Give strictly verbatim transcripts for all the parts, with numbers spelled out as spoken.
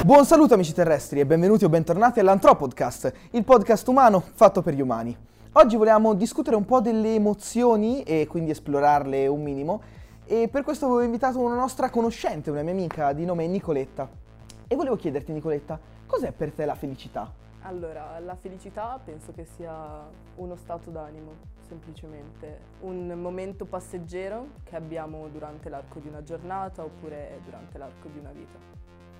Buon saluto amici terrestri e benvenuti o bentornati all'Anthropodcast, il podcast umano fatto per gli umani. Oggi vogliamo discutere un po' delle emozioni e quindi esplorarle un minimo e per questo avevo invitato una nostra conoscente, una mia amica di nome Nicoletta. E volevo chiederti Nicoletta, cos'è per te la felicità? Allora, la felicità penso che sia uno stato d'animo, semplicemente. Un momento passeggero che abbiamo durante l'arco di una giornata oppure durante l'arco di una vita.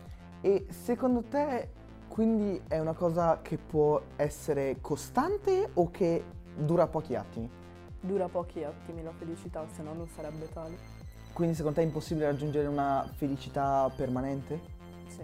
E secondo te quindi è una cosa che può essere costante o che dura pochi attimi? Dura pochi attimi la felicità, se no non sarebbe tale. Quindi secondo te è impossibile raggiungere una felicità permanente? Sì.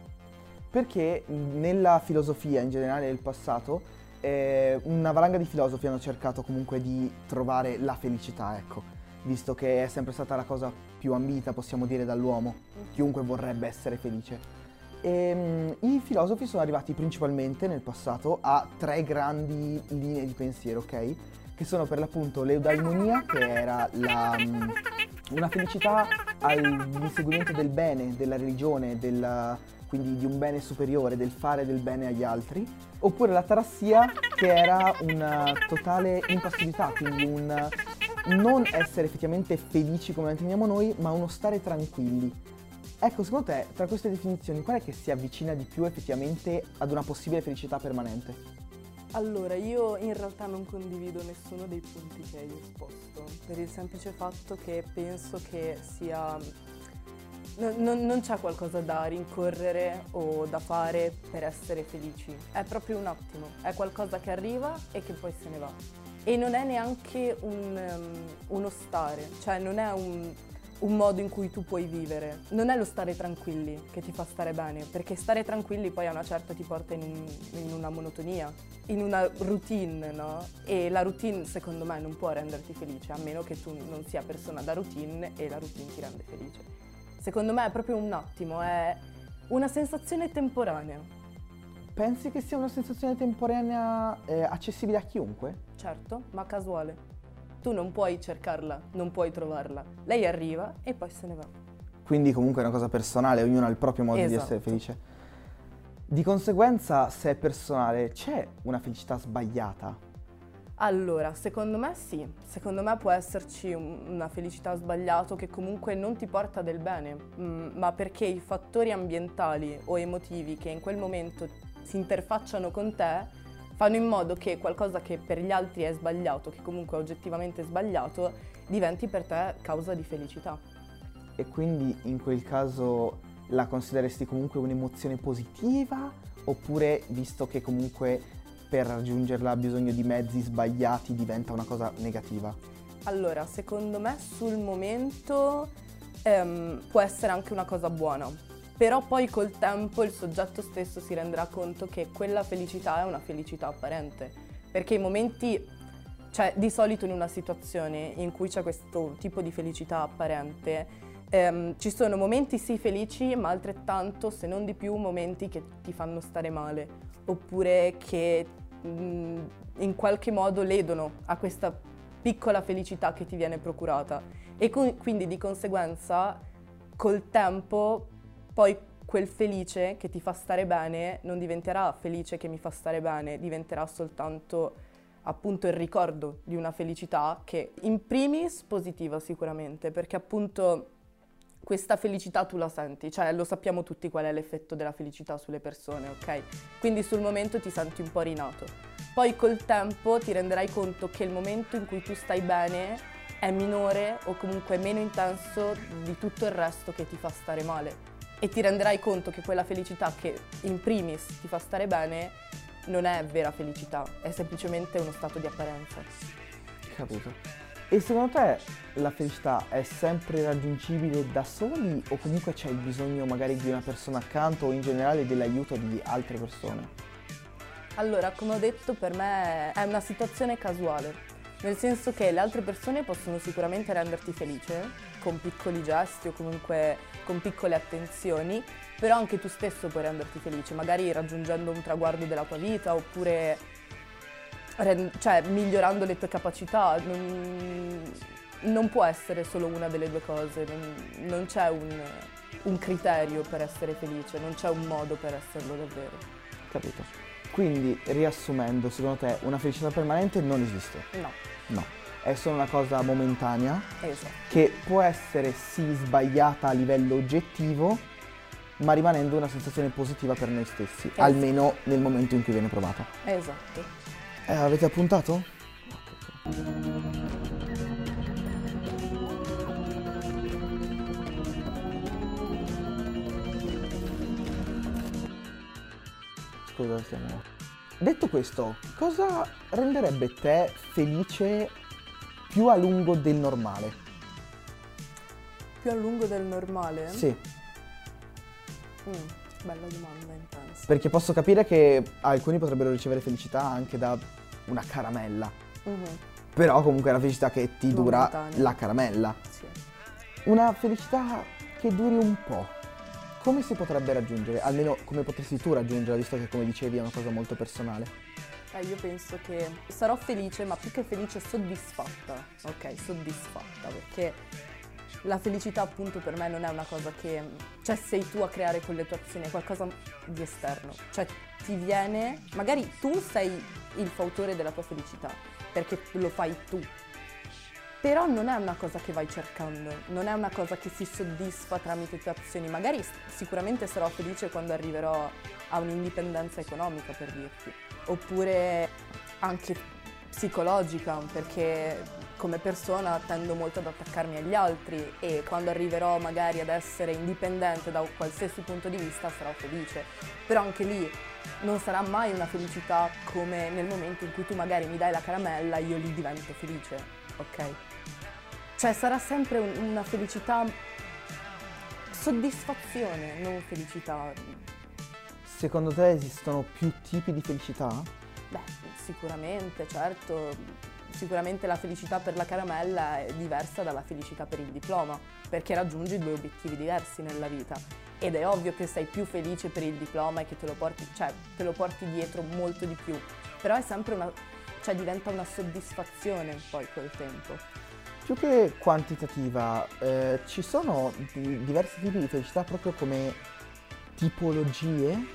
Perché nella filosofia in generale del passato eh, una valanga di filosofi hanno cercato comunque di trovare la felicità, ecco, visto che è sempre stata la cosa più ambita, possiamo dire, dall'uomo. Chiunque vorrebbe essere felice. E, um, i filosofi sono arrivati principalmente nel passato a tre grandi linee di pensiero, ok? Che sono per l'appunto l'eudaimonia, che era la, um, una felicità all'inseguimento del bene, della religione, del, quindi di un bene superiore, del fare del bene agli altri, oppure la tarassia, che era una totale impassività, quindi un non essere effettivamente felici come la intendiamo noi, ma uno stare tranquilli. Ecco, secondo te, tra queste definizioni, qual è che si avvicina di più effettivamente ad una possibile felicità permanente? Allora, io in realtà non condivido nessuno dei punti che hai esposto, per il semplice fatto che penso che sia... No, non, non c'è qualcosa da rincorrere o da fare per essere felici, è proprio un attimo, è qualcosa che arriva e che poi se ne va. E non è neanche un, um, uno stare, cioè non è un... un modo in cui tu puoi vivere. Non è lo stare tranquilli che ti fa stare bene, perché stare tranquilli poi a una certa ti porta in, un, in una monotonia, in una routine, no? E la routine secondo me non può renderti felice, a meno che tu non sia persona da routine e la routine ti rende felice. Secondo me è proprio un attimo, è una sensazione temporanea. Pensi che sia una sensazione temporanea eh, accessibile a chiunque? Certo, ma casuale. Tu non puoi cercarla, non puoi trovarla. Lei arriva e poi se ne va. Quindi comunque è una cosa personale, ognuno ha il proprio modo Esatto. di essere felice. Di conseguenza, se è personale, c'è una felicità sbagliata? Allora, secondo me sì. Secondo me può esserci un, una felicità sbagliata che comunque non ti porta del bene, mh, ma perché i fattori ambientali o emotivi che in quel momento si interfacciano con te fanno in modo che qualcosa che per gli altri è sbagliato, che comunque è oggettivamente sbagliato, diventi per te causa di felicità. E quindi in quel caso la consideresti comunque un'emozione positiva? Oppure, visto che comunque per raggiungerla ha bisogno di mezzi sbagliati, diventa una cosa negativa? Allora, secondo me sul momento ehm, può essere anche una cosa buona. Però poi col tempo il soggetto stesso si renderà conto che quella felicità è una felicità apparente, perché i momenti, cioè di solito in una situazione in cui c'è questo tipo di felicità apparente, ehm, ci sono momenti sì felici, ma altrettanto, se non di più, momenti che ti fanno stare male, oppure che mh, in qualche modo ledono a questa piccola felicità che ti viene procurata. E co- quindi di conseguenza col tempo poi quel felice che ti fa stare bene non diventerà felice che mi fa stare bene, diventerà soltanto appunto il ricordo di una felicità che in primis positiva sicuramente, perché appunto questa felicità tu la senti, cioè lo sappiamo tutti qual è l'effetto della felicità sulle persone, ok? Quindi sul momento ti senti un po' rinato. Poi col tempo ti renderai conto che il momento in cui tu stai bene è minore o comunque meno intenso di tutto il resto che ti fa stare male. E ti renderai conto che quella felicità che in primis ti fa stare bene non è vera felicità, è semplicemente uno stato di apparenza. Capito. E secondo te la felicità è sempre raggiungibile da soli o comunque c'è il bisogno magari di una persona accanto o in generale dell'aiuto di altre persone? Allora, come ho detto, per me è una situazione casuale, nel senso che le altre persone possono sicuramente renderti felice con piccoli gesti o comunque con piccole attenzioni, però anche tu stesso puoi renderti felice, magari raggiungendo un traguardo della tua vita oppure cioè, migliorando le tue capacità. Non, non può essere solo una delle due cose, non, non c'è un, un criterio per essere felice, non c'è un modo per esserlo davvero. Capito. Quindi, riassumendo, secondo te una felicità permanente non esiste? No. No. È solo una cosa momentanea Esatto. che può essere sì sbagliata a livello oggettivo, ma rimanendo una sensazione positiva per noi stessi, Esatto. almeno nel momento in cui viene provata. Esatto. Eh, avete appuntato? Scusa, siamo... Detto questo, cosa renderebbe te felice più a lungo del normale? Più a lungo del normale? Sì, Mm, bella domanda, intensa. perché posso capire che alcuni potrebbero ricevere felicità anche da una caramella, Mhm, però comunque è una felicità che ti dura Momentanea. la caramella. sì. Una felicità che duri un po'. Come si potrebbe raggiungere? Almeno come potresti tu raggiungerla, visto che come dicevi è una cosa molto personale. Eh, io penso che sarò felice, ma più che felice soddisfatta, ok? Soddisfatta, perché la felicità appunto per me non è una cosa che, cioè sei tu a creare con le tue azioni, è qualcosa di esterno, cioè ti viene, magari tu sei il fautore della tua felicità, perché lo fai tu, però non è una cosa che vai cercando, non è una cosa che si soddisfa tramite tue azioni, magari s- sicuramente sarò felice quando arriverò a un'indipendenza economica, per dirti, oppure anche psicologica, perché come persona tendo molto ad attaccarmi agli altri e quando arriverò magari ad essere indipendente da qualsiasi punto di vista sarò felice, però anche lì non sarà mai una felicità come nel momento in cui tu magari mi dai la caramella e io lì divento felice, ok? Cioè sarà sempre un- una felicità, soddisfazione, non felicità. Secondo te esistono più tipi di felicità? Beh, sicuramente, certo, sicuramente la felicità per la caramella è diversa dalla felicità per il diploma, perché raggiungi due obiettivi diversi nella vita. Ed è ovvio che sei più felice per il diploma e che te lo porti, cioè, te lo porti dietro molto di più, però è sempre una, cioè diventa una soddisfazione poi col tempo. Più che quantitativa, eh, ci sono di- diversi tipi di felicità proprio come tipologie?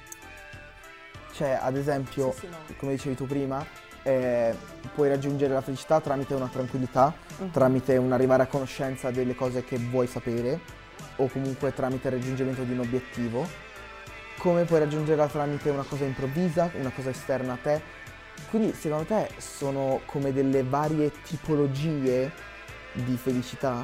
Cioè, ad esempio, Sì, sì, no. come dicevi tu prima, eh, puoi raggiungere la felicità tramite una tranquillità, Mhm. tramite un arrivare a conoscenza delle cose che vuoi sapere, o comunque tramite il raggiungimento di un obiettivo. Come puoi raggiungerla tramite una cosa improvvisa, una cosa esterna a te. Quindi, secondo te, sono come delle varie tipologie di felicità?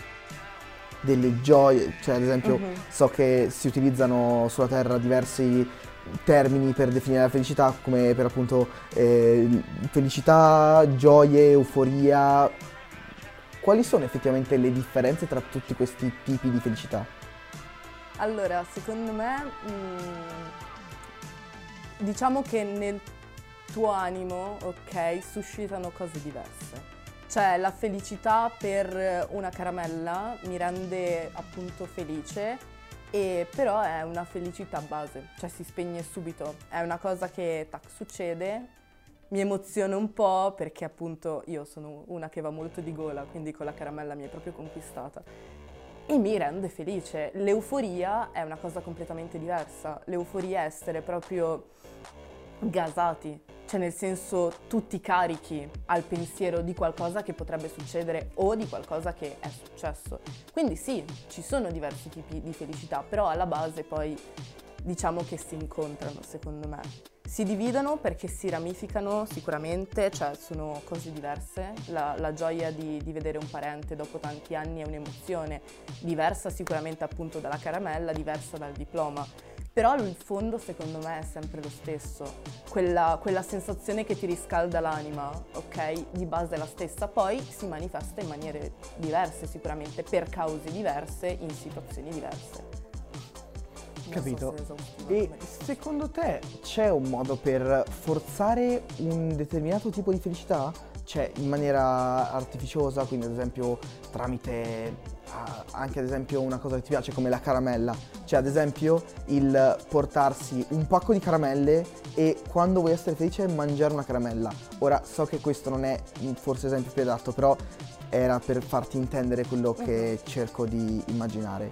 Delle gioie, cioè ad esempio Mhm. so che si utilizzano sulla Terra diversi termini per definire la felicità, come per appunto eh, felicità, gioie, euforia. Quali sono effettivamente le differenze tra tutti questi tipi di felicità? Allora, secondo me, mm, diciamo che nel tuo animo, ok, suscitano cose diverse. Cioè, la felicità per una caramella mi rende appunto felice, e però è una felicità base, cioè si spegne subito. È una cosa che tac, succede, mi emoziona un po' perché appunto io sono una che va molto di gola, quindi con la caramella mi è proprio conquistata. E mi rende felice. L'euforia è una cosa completamente diversa. L'euforia è essere proprio gasati, cioè nel senso tu ti carichi al pensiero di qualcosa che potrebbe succedere o di qualcosa che è successo. Quindi sì, ci sono diversi tipi di felicità, però alla base poi diciamo che si incontrano, secondo me. Si dividono perché si ramificano sicuramente, cioè sono cose diverse. La, la gioia di, di vedere un parente dopo tanti anni è un'emozione diversa sicuramente appunto dalla caramella, diversa dal diploma. Però il fondo secondo me è sempre lo stesso, quella, quella sensazione che ti riscalda l'anima, ok? Di base è la stessa, poi si manifesta in maniere diverse sicuramente, per cause diverse, in situazioni diverse. Non Capito. so se è esaustiva E come risposta. secondo te c'è un modo per forzare un determinato tipo di felicità? Cioè in maniera artificiosa, quindi ad esempio tramite ah, anche ad esempio una cosa che ti piace come la caramella. Cioè ad esempio il portarsi un pacco di caramelle e quando vuoi essere felice mangiare una caramella. Ora so che questo non è mm, forse esempio più adatto, però era per farti intendere quello che cerco di immaginare.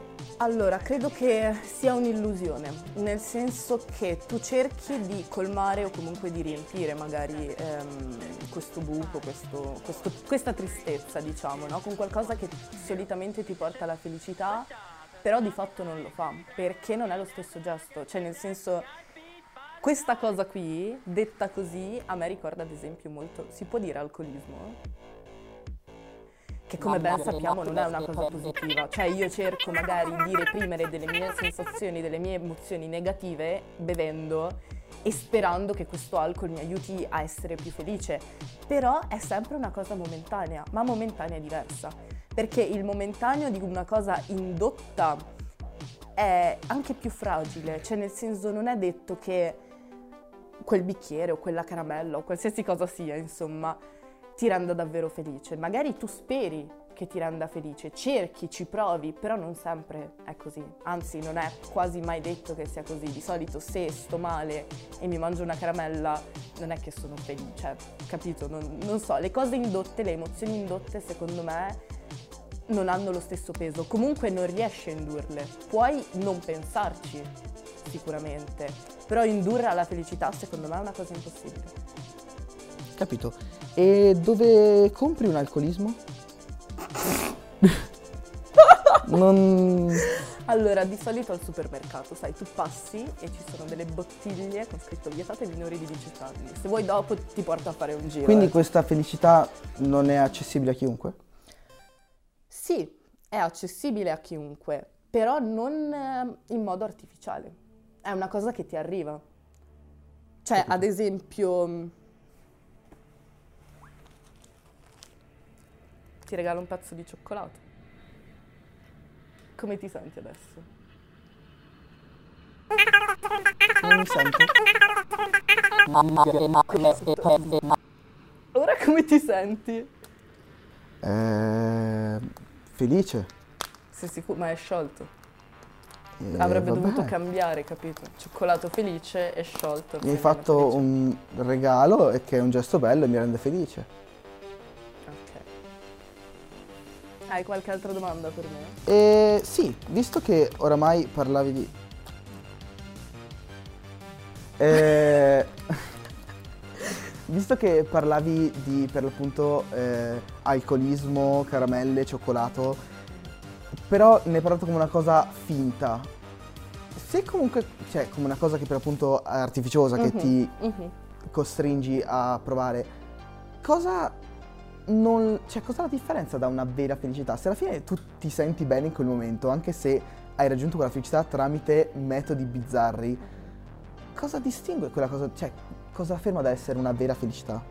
Allora, credo che sia un'illusione, nel senso che tu cerchi di colmare o comunque di riempire magari ehm, questo buco, questo, questo, questa tristezza, diciamo, no? Con qualcosa che solitamente ti porta alla felicità, però di fatto non lo fa, perché non è lo stesso gesto. Cioè, nel senso, questa cosa qui, detta così, a me ricorda ad esempio molto, si può dire alcolismo? Che come ben sappiamo non è una cosa positiva, cioè io cerco magari di reprimere delle mie sensazioni, delle mie emozioni negative bevendo e sperando che questo alcol mi aiuti a essere più felice, però è sempre una cosa momentanea, ma momentanea è diversa, perché il momentaneo di una cosa indotta è anche più fragile, cioè nel senso non è detto che quel bicchiere o quella caramella o qualsiasi cosa sia, insomma, ti renda davvero felice. Magari tu speri che ti renda felice, cerchi, ci provi, però non sempre è così. Anzi, non è quasi mai detto che sia così. Di solito se sto male e mi mangio una caramella, non è che sono felice, capito? Non, non so, le cose indotte, le emozioni indotte, secondo me, non hanno lo stesso peso. Comunque non riesci a indurle. Puoi non pensarci, sicuramente, però indurre alla felicità, secondo me, è una cosa impossibile. Capito. E dove compri un alcolismo? non... Allora, di solito al supermercato, sai, tu passi e ci sono delle bottiglie con scritto vietate ai minori di diciotto anni. Se vuoi dopo ti porto a fare un giro. Quindi eh. questa felicità non è accessibile a chiunque? Sì, è accessibile a chiunque, però non eh, in modo artificiale. È una cosa che ti arriva. Cioè, Capito. ad esempio... ti regalo un pezzo di cioccolato. Come ti senti adesso? Non mi sento. Ora come ti senti? Eh, felice. Sei sicuro? Ma è sciolto. Eh, Avrebbe vabbè. dovuto cambiare, capito? Cioccolato felice e sciolto. Mi hai fatto un regalo e che è un gesto bello e mi rende felice. Hai qualche altra domanda per me? E sì, visto che oramai parlavi di... Eh, visto che parlavi di, per l'appunto, eh, alcolismo, caramelle, cioccolato, però ne hai parlato come una cosa finta. Se comunque, cioè, come una cosa che per l'appunto è artificiosa, che Mhm, ti mhm. costringi a provare, cosa... Non, cioè, cos'è la differenza da una vera felicità? Se alla fine tu ti senti bene in quel momento, anche se hai raggiunto quella felicità tramite metodi bizzarri, cosa distingue quella cosa, cioè, cosa afferma da essere una vera felicità?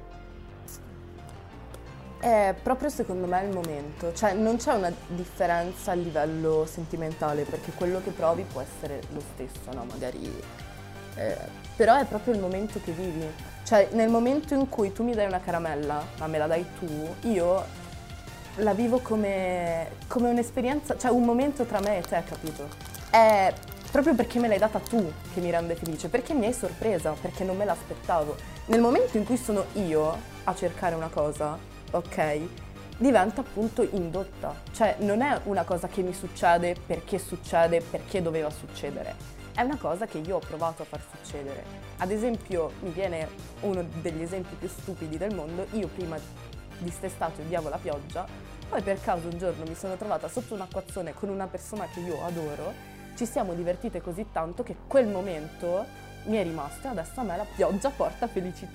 È proprio secondo me il momento, cioè non c'è una differenza a livello sentimentale, perché quello che provi può essere lo stesso, no? Magari... Eh, però è proprio il momento che vivi. Cioè, nel momento in cui tu mi dai una caramella, ma me la dai tu, io la vivo come, come un'esperienza, cioè un momento tra me e te, capito? È proprio perché me l'hai data tu che mi rende felice, perché mi hai sorpresa, perché non me l'aspettavo. Nel momento in cui sono io a cercare una cosa, ok, diventa appunto indotta. Cioè, non è una cosa che mi succede perché succede, perché doveva succedere. È una cosa che io ho provato a far succedere. Ad esempio, mi viene uno degli esempi più stupidi del mondo. Io prima di st'estate odiavo la pioggia, poi per caso un giorno mi sono trovata sotto un acquazzone con una persona che io adoro, ci siamo divertite così tanto che quel momento mi è rimasto e adesso a me la pioggia porta felicità.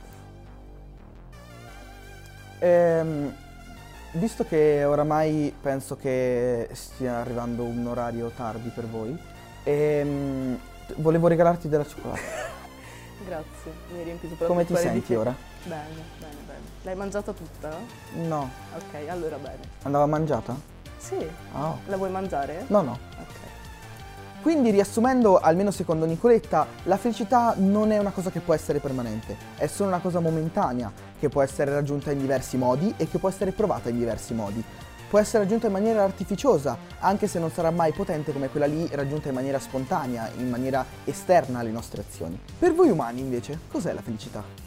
Ehm, visto che oramai penso che stia arrivando un orario tardi per voi, ehm, volevo regalarti della cioccolata. Grazie, mi hai riempito proprio Come il ti cuore di senti te. ora? Bene, bene, bene. L'hai mangiata tutta? No. Ok, allora bene. Andava mangiata? Sì, Ah. Oh. la vuoi mangiare? No, no. Ok. Quindi riassumendo, almeno secondo Nicoletta, la felicità non è una cosa che può essere permanente, è solo una cosa momentanea, che può essere raggiunta in diversi modi e che può essere provata in diversi modi. Può essere raggiunta in maniera artificiosa, anche se non sarà mai potente come quella lì raggiunta in maniera spontanea, in maniera esterna alle nostre azioni. Per voi umani, invece, cos'è la felicità?